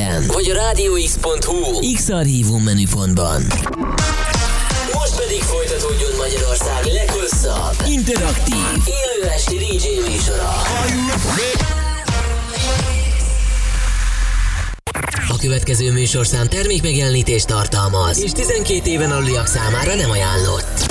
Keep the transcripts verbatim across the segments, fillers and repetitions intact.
Deezeren, vagy a rádió x pont hu X-Archívum menüpontban. Most pedig folytatódjon Magyarország leghosszabb, interaktív, élő esti dé dzsé műsora. A következő műsorszám termékmegjelenítést tartalmaz, és tizenkét éven aluliak számára nem ajánlott.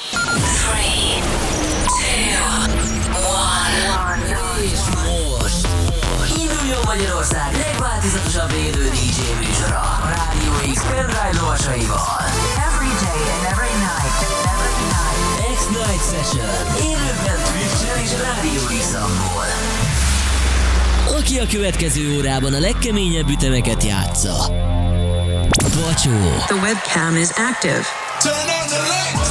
Magyarország legváltozatosabb élő dé dzsé műsora a Rádió X pendrive lovasaival. Every day and every night, every night. X-Night Session. Élőben Twitch-en és Rádió X-amból. Aki a következő órában a legkeményebb ütemeket játsza. Vacsó. The webcam is active. Turn on the lights.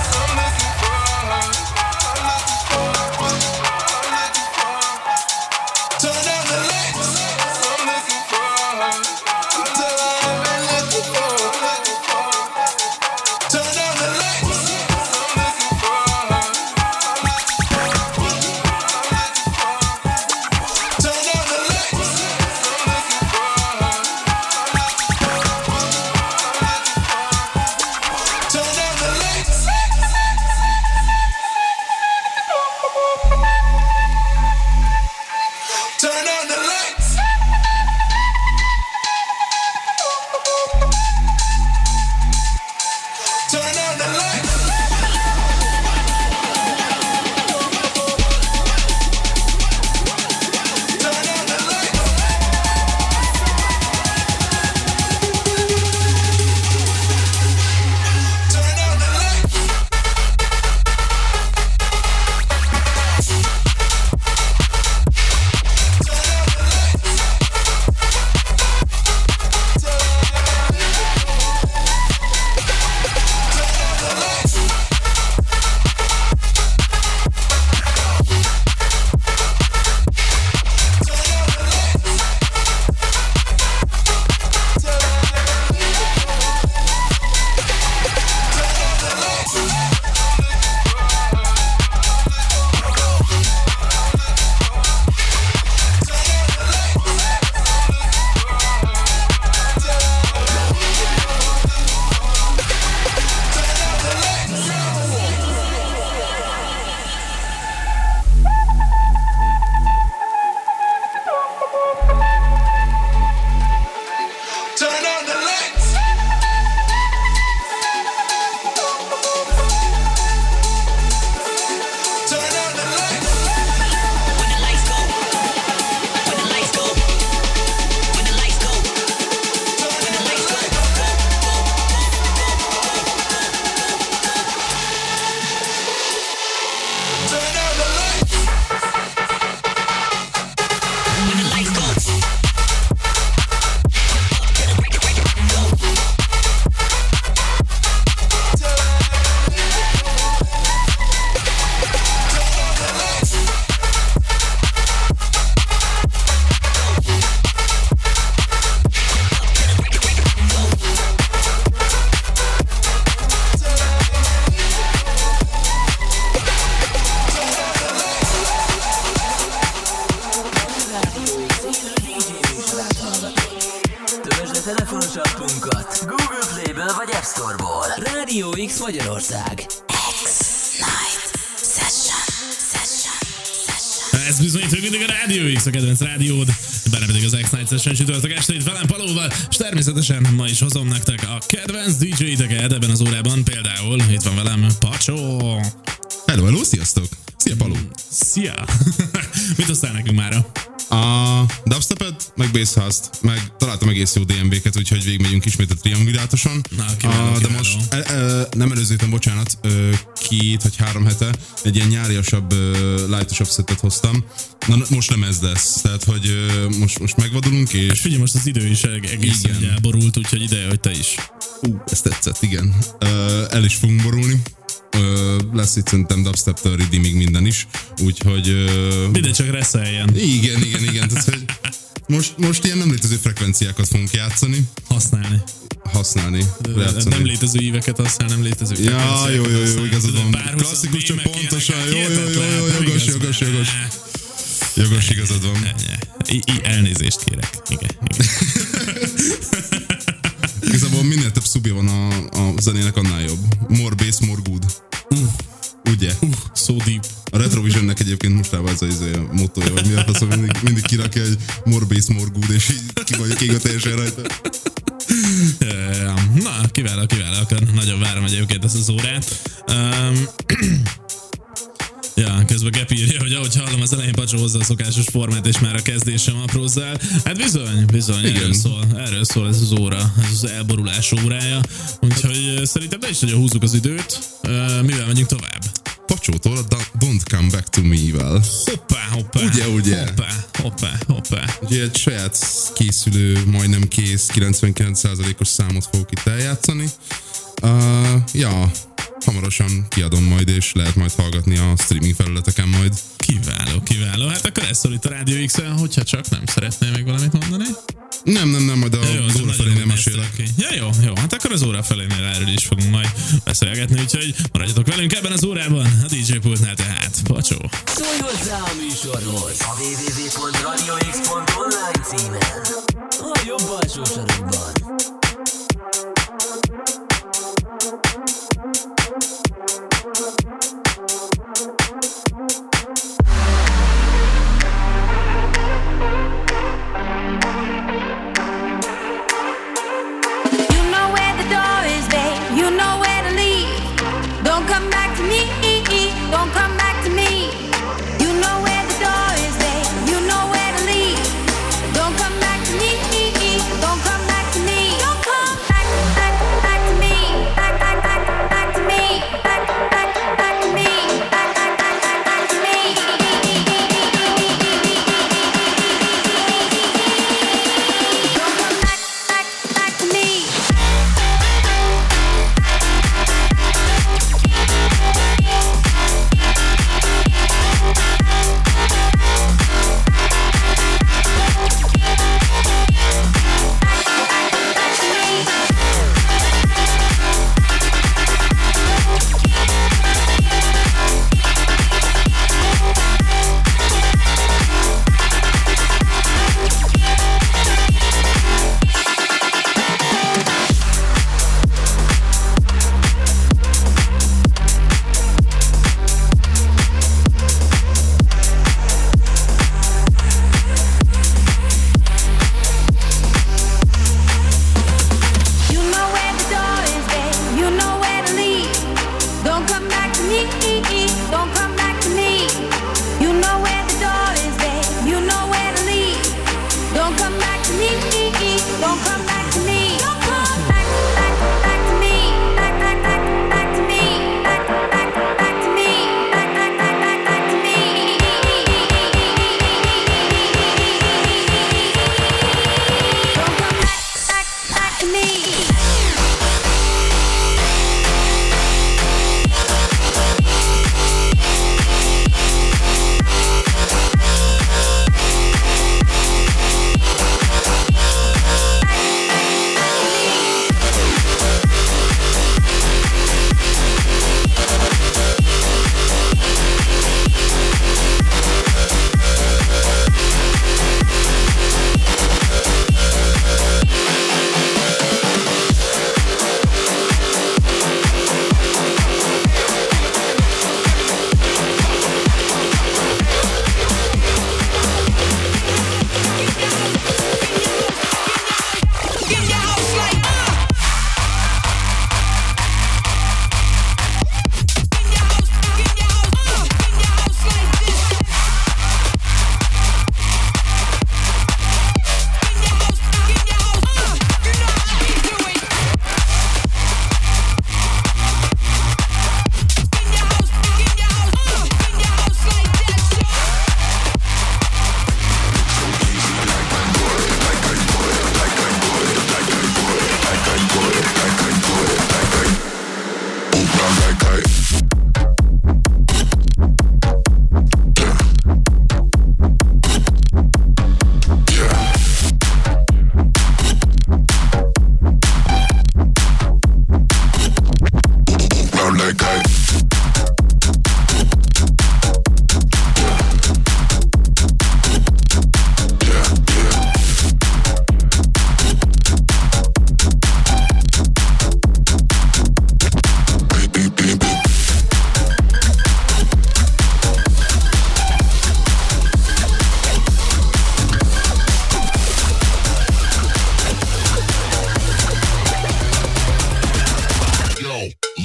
Magyarország. X-Night Session, Session, Session. Ez bizonyít, hogy mindig a Rádió X, a kedvenc rádiód, benne pedig az X-Night Session sütörtök estét velem Palóval, és természetesen ma is hozom nektek a kedvenc dé dzsé-iteket ebben az órában, például itt van velem Pacsó. Hello, hello, sziasztok! Szia, Paló! Szia! Mit hoztál nekünk mára? A dubstepet, meg basshouse-t, meg találtam egész jó dé em bé-ket, úgyhogy végigmegyünk ismét a triangulátosan. Na, kiváló, a, de kiváló. most, e, e, nem előző héten, bocsánat, e, két vagy három hete egy ilyen nyáriasabb, e, lightosabb szettet hoztam. Na, most nem ez lesz, tehát, hogy e, most, most megvadulunk, és... És figyelj, most az idő is egészen elborult, úgyhogy ideje, hogy te is. Ú, ez tetszett, igen. E, el is fogunk borulni. Ö, lesz itt szerintem dubstep-től redeemig minden is, úgyhogy... Ö, Minden csak reszeljen. Igen, igen, igen, tehát hogy most, most ilyen nem létező frekvenciákat fogunk játszani. Használni. Használni, játszani. Nem létező íveket használ, nem létező Ja, jó, jó, jó, igazad van. Klasszikus, csak némek pontosan, jó, ilyeneket, jó, jó, jó, hihetetlen, jogos, nem jogos, igaz? jogos. Jogos, igazad van. I- I- elnézést kérek. Igen, igen. Mondom, minél több szubja van a, a zenének, annál jobb. More bass, more good. Uh, Ugye? uh, so deep. A Retrovisionnek egyébként mostában ez a, ez a mottoja, vagy miatt azt mindig, mindig kirakja egy more bass, more good, és így ki vagyok ég a teljesen rajta. Na, kiváló, kiváló, akkor nagyon várom egyébként ezt az órát. Um, Ja, közben Gepi írja, hogy ahogy hallom, az elején Pacsó hozza a szokásos formát, és már a kezdésem aprózzál. Hát bizony, bizony, erről szól, erről szól ez az óra, ez az elborulás órája. Úgyhogy szerintem ne is nagyon húzzuk az időt, mivel megyünk tovább? Pacsótól a Don't Come Back to Me-vel. Hoppá, hoppá. Ugye, ugye. Hoppá, hoppá, hoppá. Ugye egy saját készülő, majdnem kész, kilencvenkilenc százalékos számot fogok itt eljátszani. Uh, ja, hamarosan kiadom majd, és lehet majd hallgatni a streaming felületeken majd. Kiváló, kiváló. Hát akkor ez szól itt a Rádió X-en, hogyha csak nem szeretnél még valamit mondani. Nem, nem, nem, majd a Ja, jó, az óra felé nem mesélek. Okay. Ja, jó, jó. Hát akkor az óra felénél erről is fogunk majd beszélgetni, úgyhogy maradjatok velünk ebben az órában, a dé dzsé pultnál tehát. Pacsó! Szólj hozzá a műsorhoz a double-u double-u double-u pont radio x pont online címen. A jobb alsó sarokban. Back, back, back to me.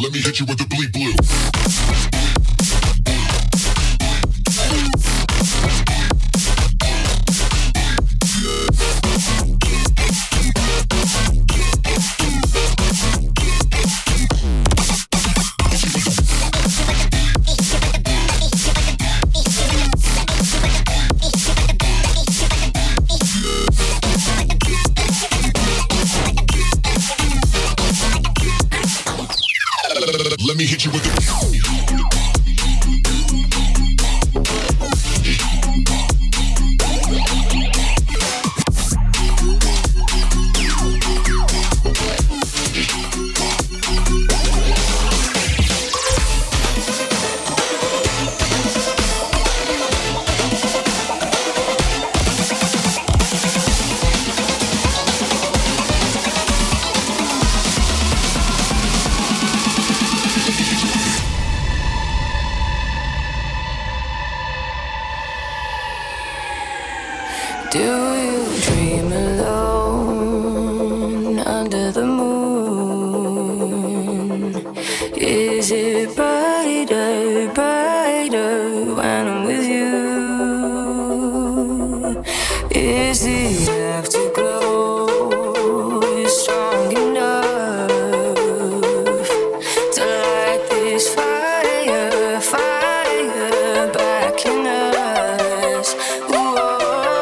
Let me hit you with the bleep blue. Let me hit you with the Do you dream alone under the moon? Is it brighter, brighter when I'm with you? Is the afterglow strong enough to light this fire, fire back in us? Whoa.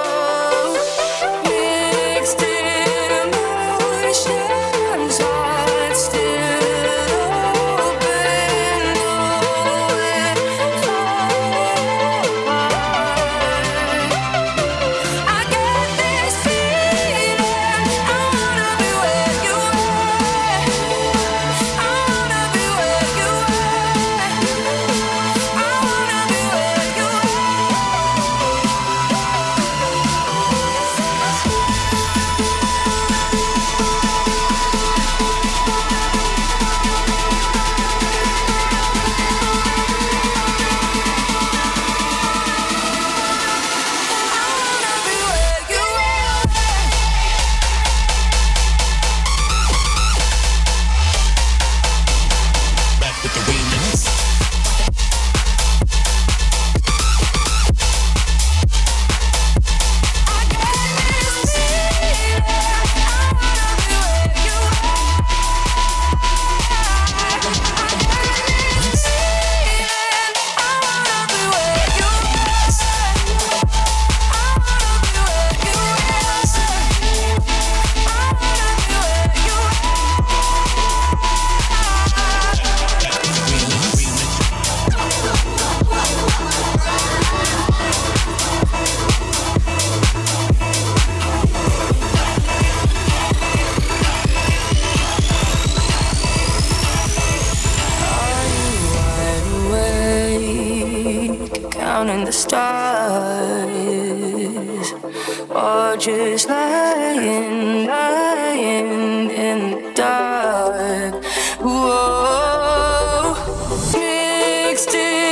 Counting the stars, or just lying, lying in the dark. Whoa, mixed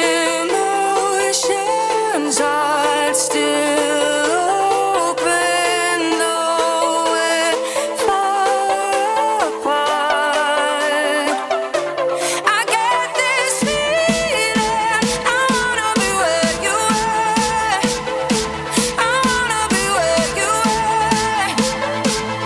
emotions, heart still open, though we're far apart. I get this feeling, I wanna be where you are. I wanna be where you are.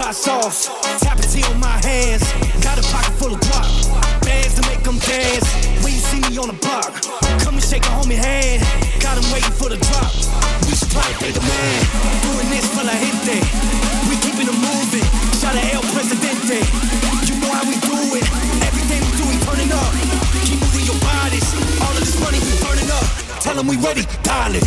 got sauce. Tappity on my hands. Got a pocket full of guap. Bands to make them dance. When you see me on the block, come and shake a homie hand. Got him waiting for the drop. We supply pay the man. Doing this for la gente. We keeping them moving. Shout out El Presidente. You know how we do it. Everything we do, we turning up. Keep moving your bodies. All of this money, we burning up. Tell them we ready, darling.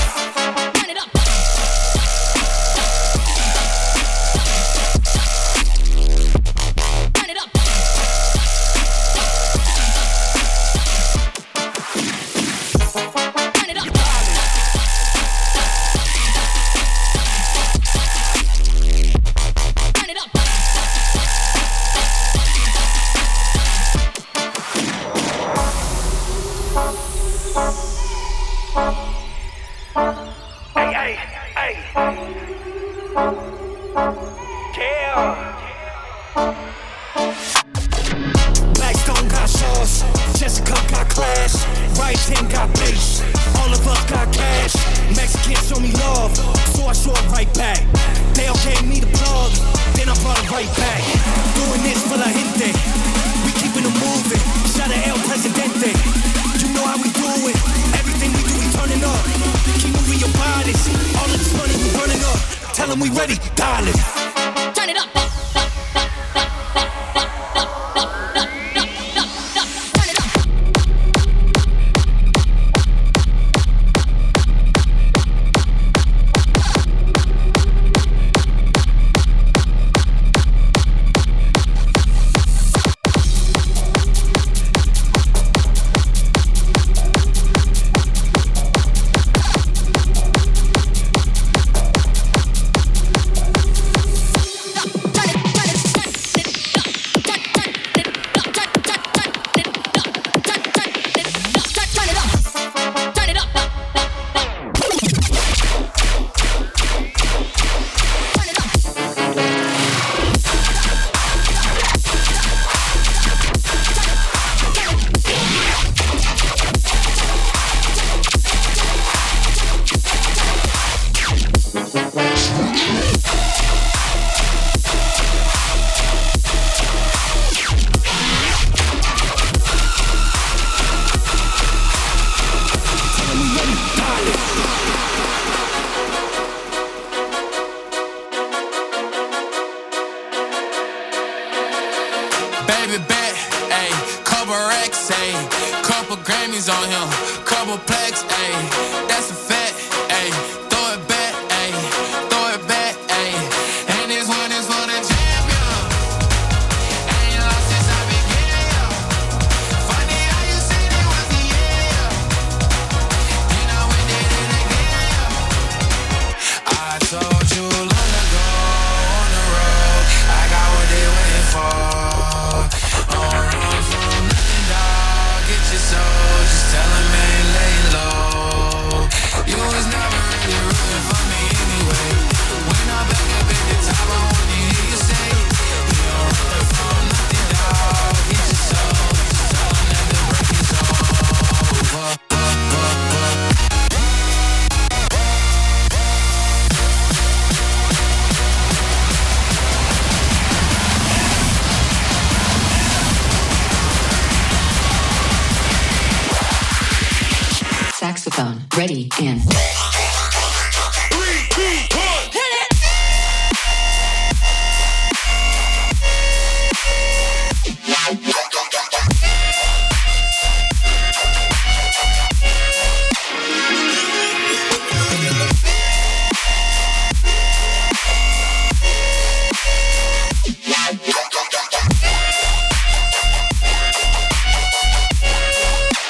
Saxophone ready and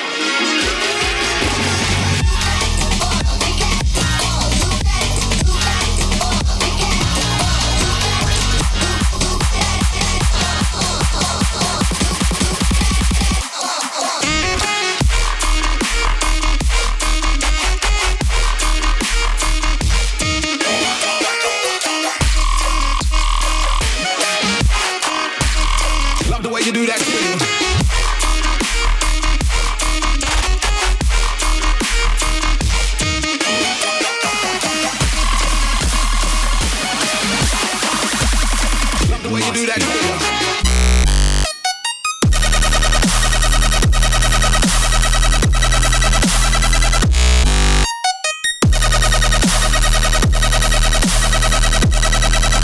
Look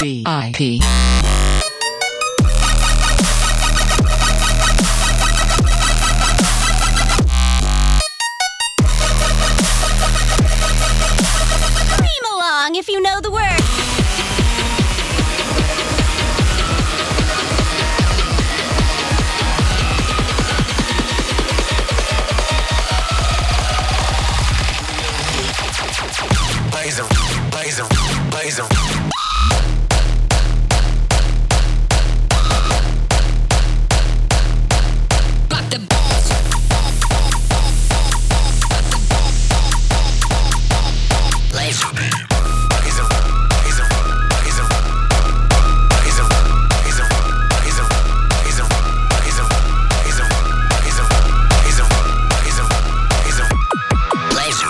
V I P. Beam along if you know the word. Blazer, blazer, blazer. Got the balls. Blazer, blazer, blazer, blazer, blazer, blazer, blazer, blazer, blazer, blazer, blazer, blazer, blazer, blazer, blazer.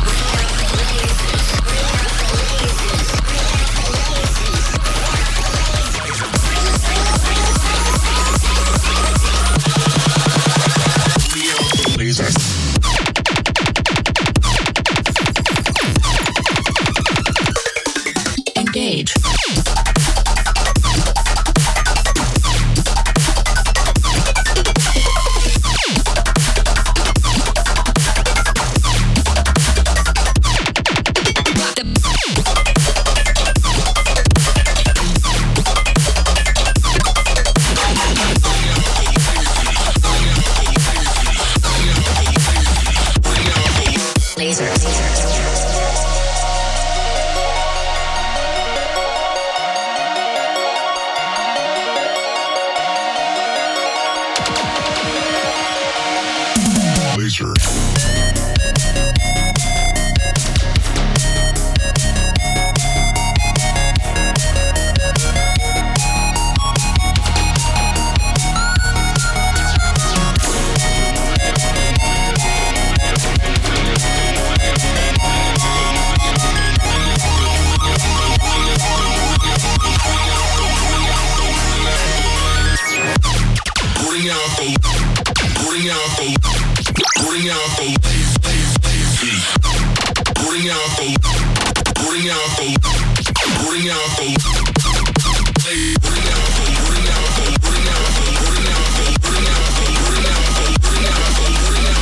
Engage. Laser, laser. Laser. Putting out the, putting out the, putting out the, putting out the, putting out the, putting out the, putting out the, putting out the, putting out the, putting out the, putting out the, putting out the, putting out the, putting out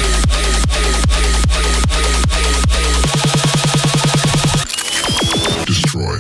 the, Destroy.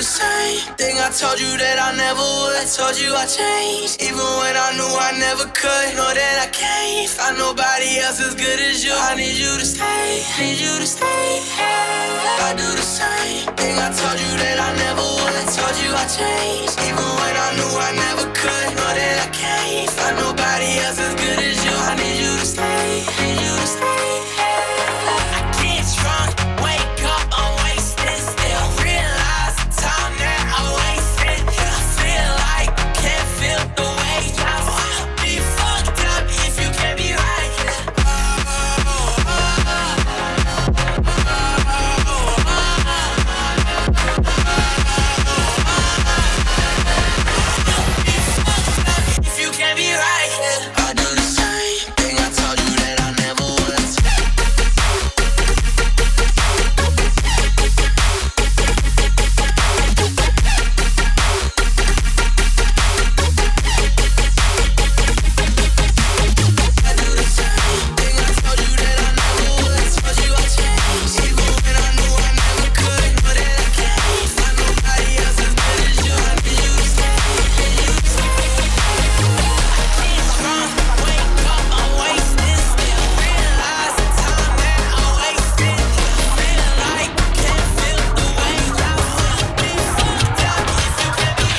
the same thing I told you that I never would. I told you I changed, even when I knew I never could. Know that I can't find nobody else as good as you. I need you to stay, need you to stay. I do the same thing I told you that I never would. I told you I changed, even when I knew I never could. Know that I can't find nobody else as good as you. I need you to stay, need you to stay. I get drunk, wake up, I'm wasted still. Realize the time that I wasted. I feel like I can't feel the way I wanna be fucked up if you can't be right. If you can't be right, I do the same thing I told you that I never would. I do the same thing I told you that I never would. Told you I changed, even when I knew I never could. Know that I can't find nobody else as good as you. I need you to stay, need you to stay. I get drunk, wake up, I'm wasted still. Realize the time that I wasted. Feel like I can't feel the way I wanna be fucked up if you can't be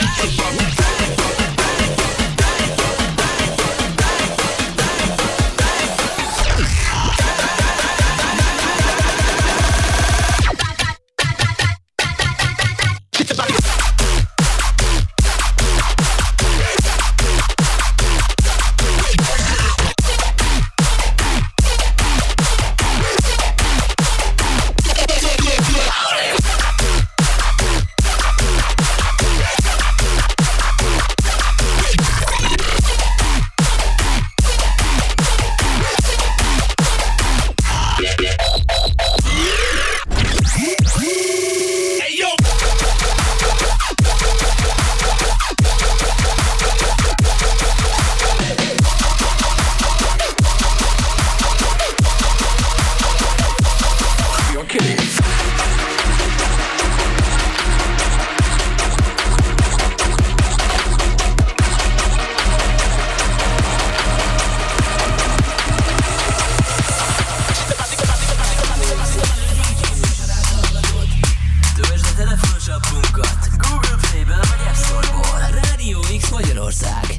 Töltsd a telefonos appunkat Google Play-ből vagy App Store-ból. Rádió X Magyarország.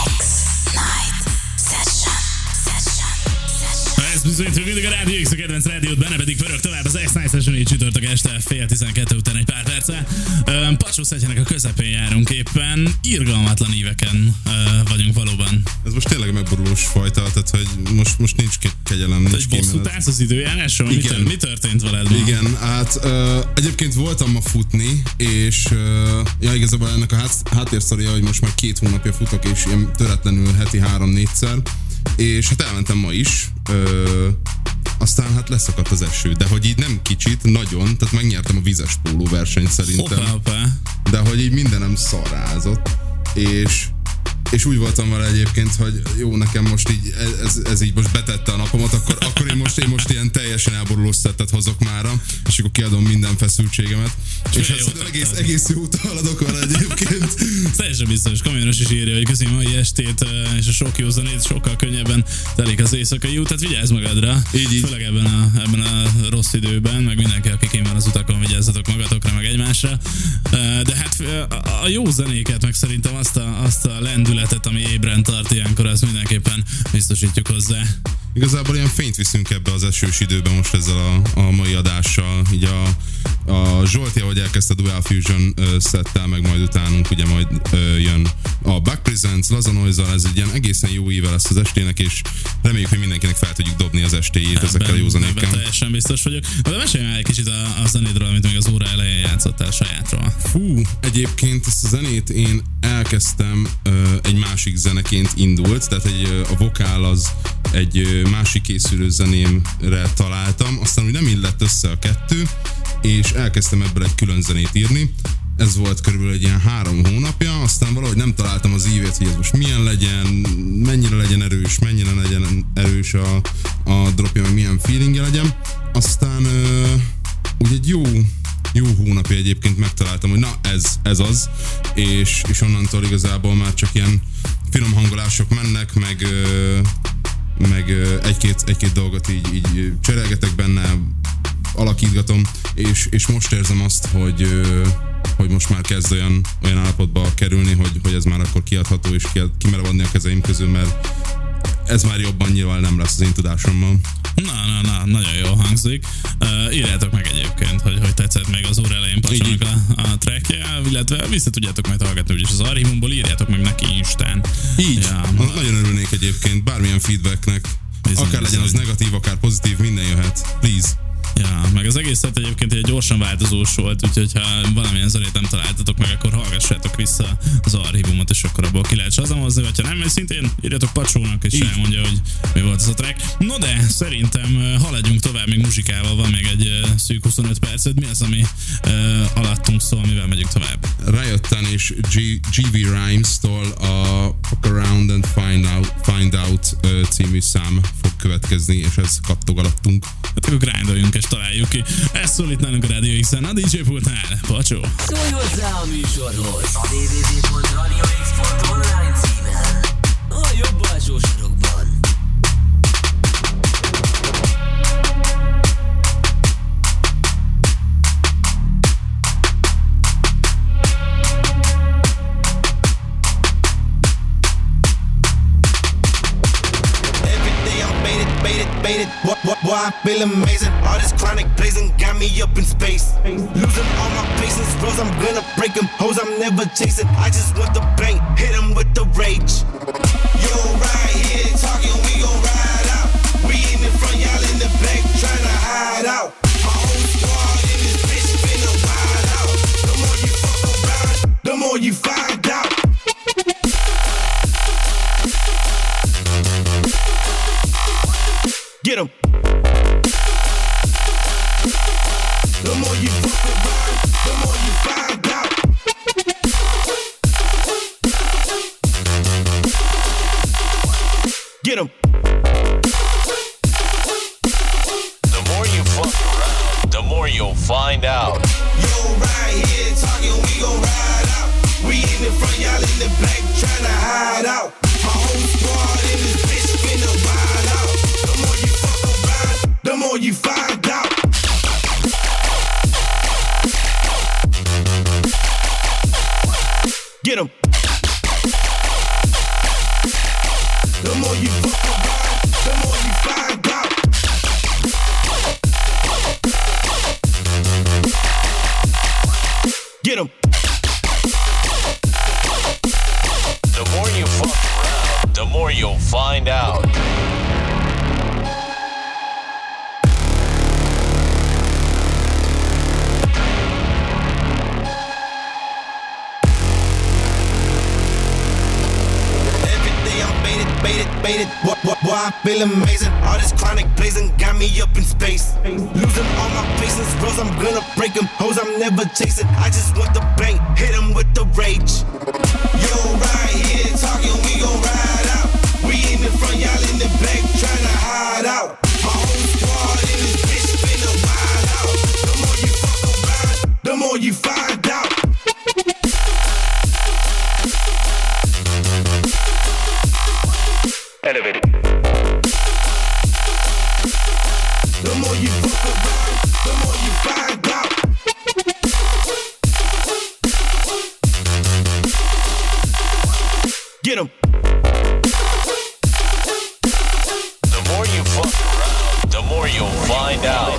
X-Night Session. Session. Session. Ez bizonyít, hogy mindig a Rádió X a kedvenc rádiót, benne pedig pörög tovább az X-Night Session, így csütörtök este fél tizenkettő után egy pár perccel. Pacsó szettjének a közepén járunk éppen, irgalmatlan íveken ö, vagyunk valóban. Ez most tényleg megborulós fajta, tehát hogy most, most nincs ke- kegyelem, nincs Egy bosszút állsz az időjáráson? Mi, tör- mi történt veled ma? Igen, hát ö, egyébként voltam ma futni, és ö, ja, igazából ennek a hát, háttérsztoria, hogy most már két hónapja futok, és ilyen töretlenül heti három-négyszer, és hát elmentem ma is, ö, aztán hát leszakadt az eső, de hogy így nem kicsit, nagyon, tehát megnyertem a vízes póló versenyt szerintem. Hoppá, hoppá. De hogy így mindenem szarázott, és és úgy voltam vele egyébként, hogy jó, nekem most így ez, ez így most betette a napomat, akkor, akkor én, most, én most ilyen teljesen elboruló szettet hozok mára, és akkor kiadom minden feszültségemet. És, és ez egész, egész jó úton haladok vele egyébként. Teljesen biztos, Kamionos is írja, hogy köszi a mai estét, és a sok jó zenét sokkal könnyebben telik az éjszakai út, tehát vigyázz magadra. Így, így. Főleg ebben a, ebben a rossz időben, meg mindenki, aki kint van az utakon, vigyázzatok magatokra, meg egymásra. De hát a jó zenéket, meg szerintem azt a, azt a lendületet, ami ébren tart ilyenkor, azt mindenképpen biztosítjuk hozzá. Igazából ilyen fényt viszünk ebbe az esős időben most ezzel a, a mai adással. Így a, a Zsolti, ahogy elkezdte a Dual Fusion uh, szettel, meg majd utánunk ugye majd uh, jön a Back Presents, Laza Noise-zal, ez egy ilyen egészen jó éve lesz az estének, és reméljük, hogy mindenkinek fel tudjuk dobni az estéjét ezekkel a jó zenékkel. Ebben teljesen biztos vagyok. De mesélj már egy kicsit a, a zenédről, amit még az óra elején játszottál sajátról. Fú, egyébként ezt a zenét én elkezdtem, uh, egy másik zeneként indult, tehát egy, uh, a vokál az egy uh, másik készülő zenémre találtam, aztán úgy nem illett össze a kettő, és elkezdtem ebből egy külön zenét írni. Ez volt körülbelül egy ilyen három hónapja, aztán valahogy nem találtam az ívét, hogy ez most milyen legyen, mennyire legyen erős, mennyire legyen erős a, a dropja, meg milyen feelingje legyen. Aztán uh, úgy egy jó jó hónapja egyébként megtaláltam, hogy na ez, ez az, és, és onnantól igazából már csak ilyen finom hangolások mennek, meg, meg egy-két, egy-két dolgot így, így cserélgetek benne, alakítgatom, és, és most érzem azt, hogy, hogy most már kezd olyan, olyan állapotba kerülni, hogy, hogy ez már akkor kiadható, és ki, kimerem adni a kezeim közül, mert ez már jobban nyilván nem lesz az én tudásommal. Na, na, na, nagyon jól hangzik. Uh, írjátok meg egyébként, hogy, hogy tetszett még az óra elején Pacsónak a, a trackje, illetve vissza tudjátok majd hallgatni úgyis az archívumból, írjátok meg neki Instán. Így, ja, nagyon örülnék egyébként bármilyen feedbacknek, bizony, akár legyen az negatív, akár pozitív, minden jöhet. Please. Ja, meg az egész szett egyébként egy gyorsan változós volt, úgyhogy ha valamilyen zenét nem találtatok meg, akkor hallgassátok vissza az archívumot, és akkor abból ki lehet sazamozni, vagy ha nem, vagy szintén írjatok Pacsónak, és így elmondja, hogy mi volt az a track. No de, szerintem haladjunk tovább még muzsikával, van még egy szűk huszonöt percet, mi az, ami uh, alattunk szól, mivel megyünk tovább? Riot-tan és G V Rhymes-tól a Fuck Around and Find Out, Find Out uh, című szám fog következni, és ez kattog alattunk. Hát akkor grindoljunk és találjuk ki. Ez szól itt nálunk a Radio X-en, a dé dzsé pultnál. Pacsó! Szólj hozzá a műsorhoz a double-u double-u double-u pont radio x pont online címen. A jobb alsó sarokban. Boy, boy, boy, I feel amazing. All this chronic blazing got me up in space. Losing all my patience, bros, I'm gonna break them. Hoes, I'm never chasing. I just want the bank, hit them with the rage. You right here talking, we gon' ride out. We in the front, y'all in the back, tryna hide out. My whole squad in this bitch finna wild out. The more you fuck around, the more you find out. Get 'em. The more you fuck around, the more you find out. Get 'em. The more you fuck around, the more you'll find out. Yo, right here talking, we gon' ride out. We in the front, y'all in the back, tryna hide out. My whole squad in this bitch finna wild out. The more you fuck around, the more you find out. Get 'em. The more you fuck around, the more you find out. Get 'em. The more you fuck around, the more you'll find out. Baited, baited, boy, boy, boy, I feel amazing. All this chronic blazing got me up in space. Losing all my patience, bros, I'm gonna break them. Hoes, I'm never chasing. I just want the bank, hit them with the rage. Yo, right here talking, we gon' ride out. We in the front, y'all in the back, tryna hide out. My whole squad in this bitch finna wild out. The more you fuck around, the more you find out. Elevated. The more you fuck around, the more you find out. Get 'em. The more you fuck around, the more you'll find out.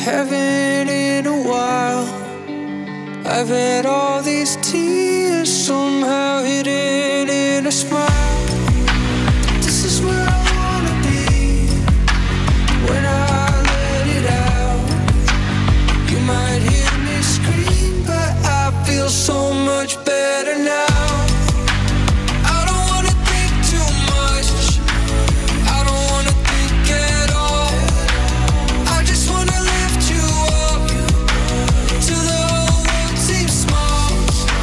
heaven in a while. I've had all these tears somehow hidden in a smile. This is where I wanna be when I let it out. You might hear me scream, but I feel so much better now. Small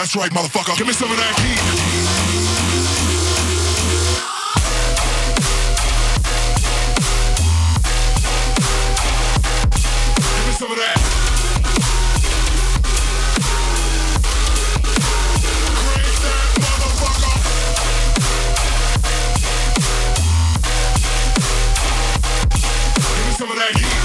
That's right, motherfucker. Give me some of that heat. Give me some of that. Crank that motherfucker. Give me some of that heat.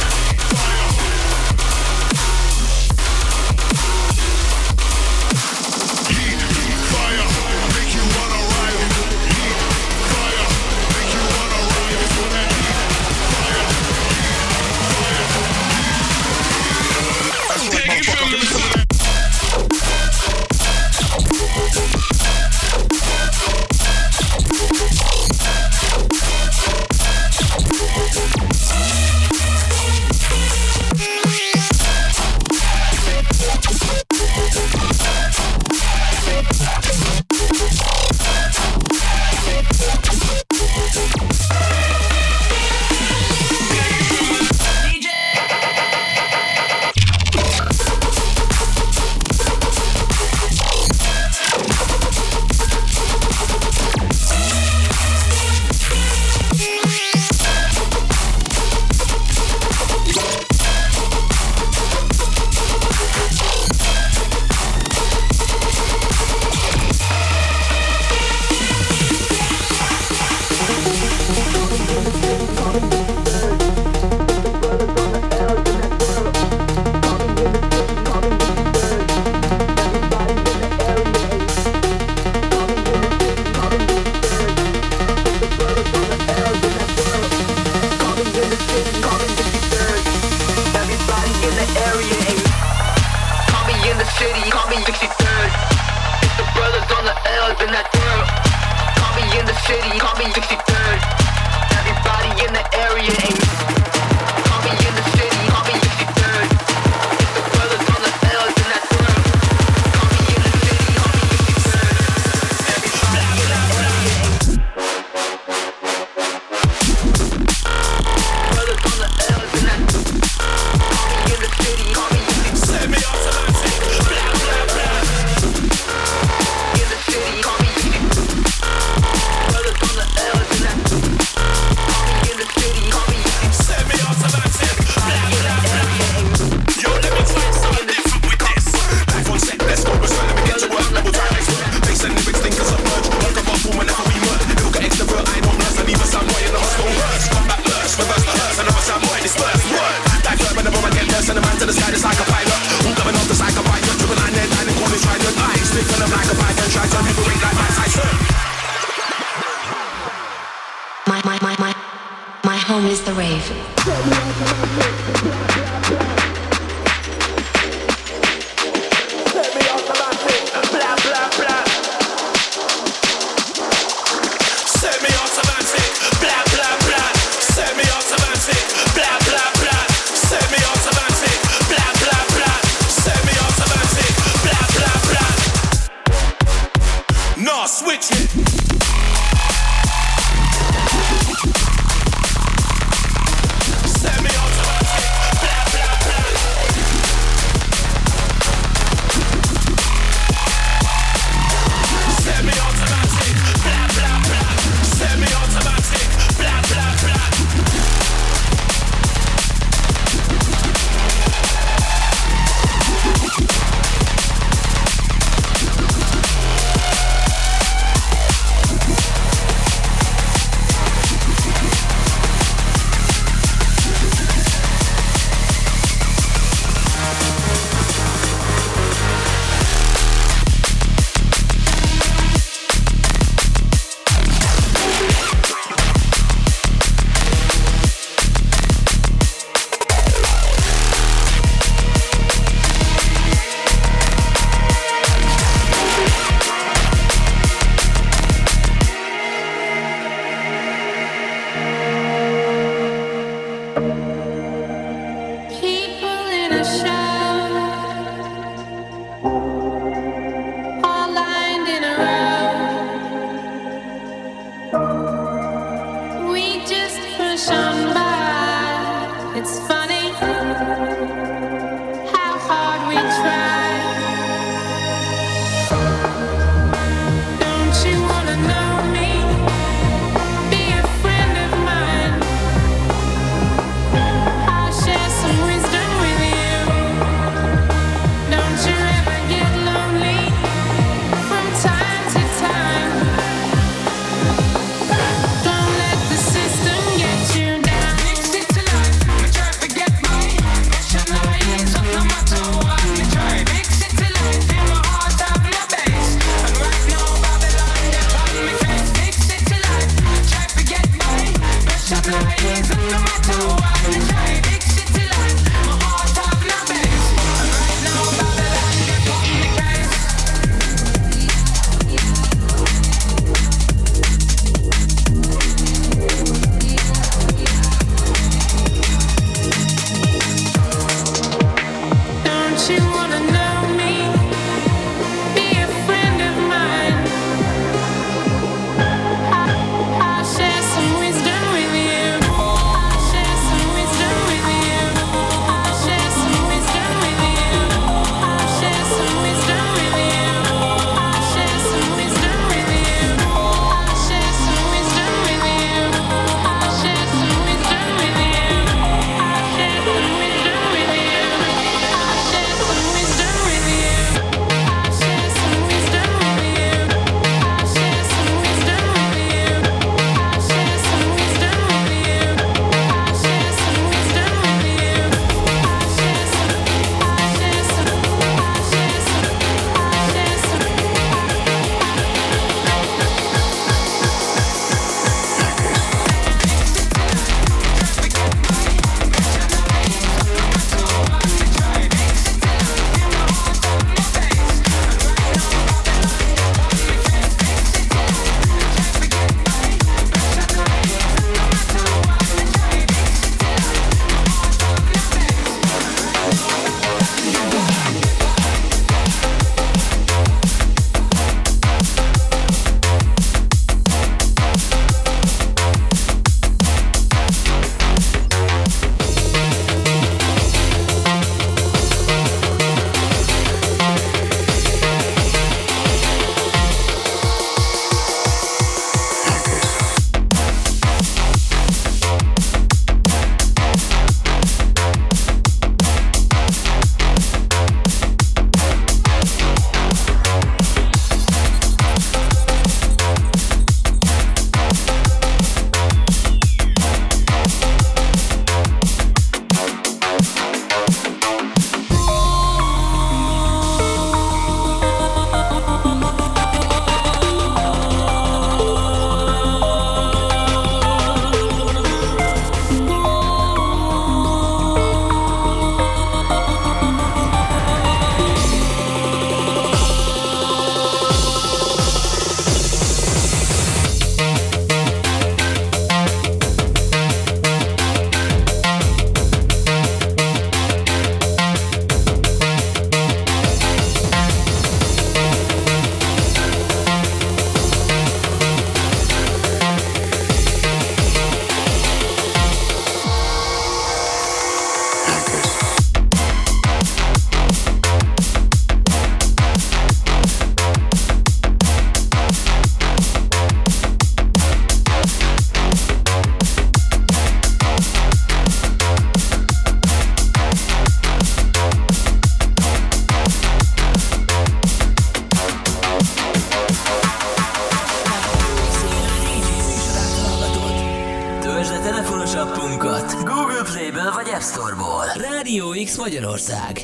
Töltsd le telefonos appunkat Google Play-ből vagy App Store-ból. Rádió X Magyarország.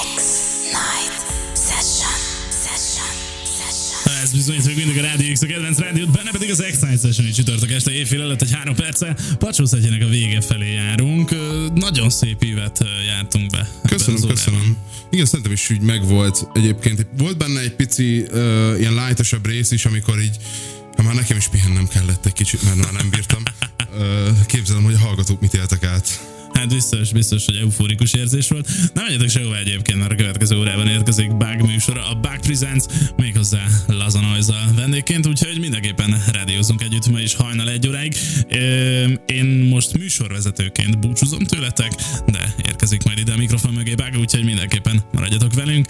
X-Night Session, Session, Session. Ez bizonyít, hogy mindig a Rádió X a kedvenc rádiót, benne pedig az X-Night Session, csütörtök este évfél előtt egy három perccel. Pacsó Szetjének a vége felé járunk. Nagyon szép ívet jártunk be. Köszönöm, köszönöm. Igen, szerintem is úgy megvolt egyébként. Volt benne egy pici uh, ilyen lightosabb rész is, amikor így, hát már nekem is pihennem kellett egy kicsit, mert már nem bírtam. Uh, képzelem, hogy a hallgatók mit éltek át. Hát biztos, biztos, hogy euforikus érzés volt. Nem menjetek sehova egyébként, mert a következő órában érkezik Bug műsora, a Bug Presents, méghozzá Laza Noise-zal vendégként, úgyhogy mindenképpen rádiózunk együtt ma is hajnal egy óráig. Én most műsorvezetőként búcsúzom tőletek, de érkezik majd ide a mikrofon mögé Bug, úgyhogy mindenképpen maradjatok velünk.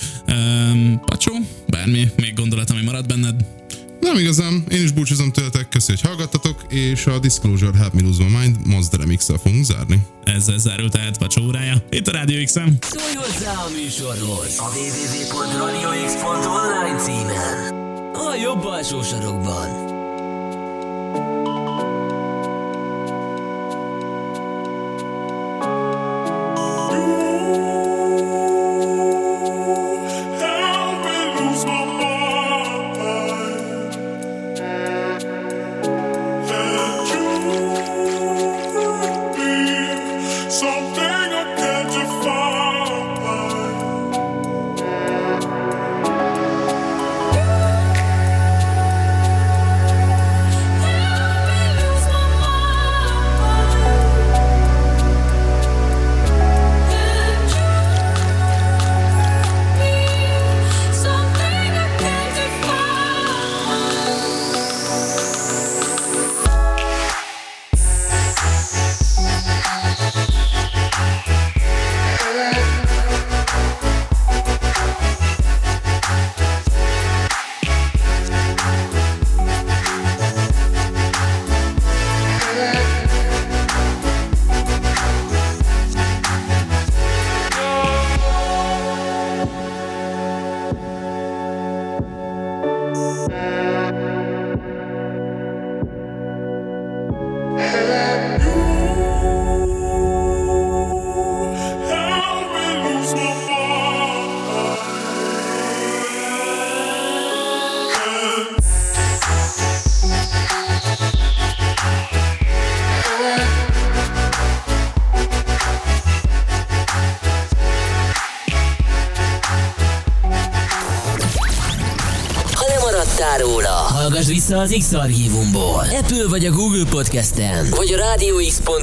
Pacsó, bármi még gondolat, ami marad benned? Nem igazán, én is búcsúzom tőletek, köszi, hogy hallgattatok, és a Disclosure Help Me Lose My Mind Most Remix-el fogunk zárni. Ezzel zárult tehát Pacsó órája, itt a Rádió X-en. Szólj hozzá a műsorhoz a double-u double-u double-u pont radio x pont online címen. A jobb alsó sarokban. Hallgass vissza az X-Archívumból. Apple vagy a Google Podcasten, vagy a rádió x pont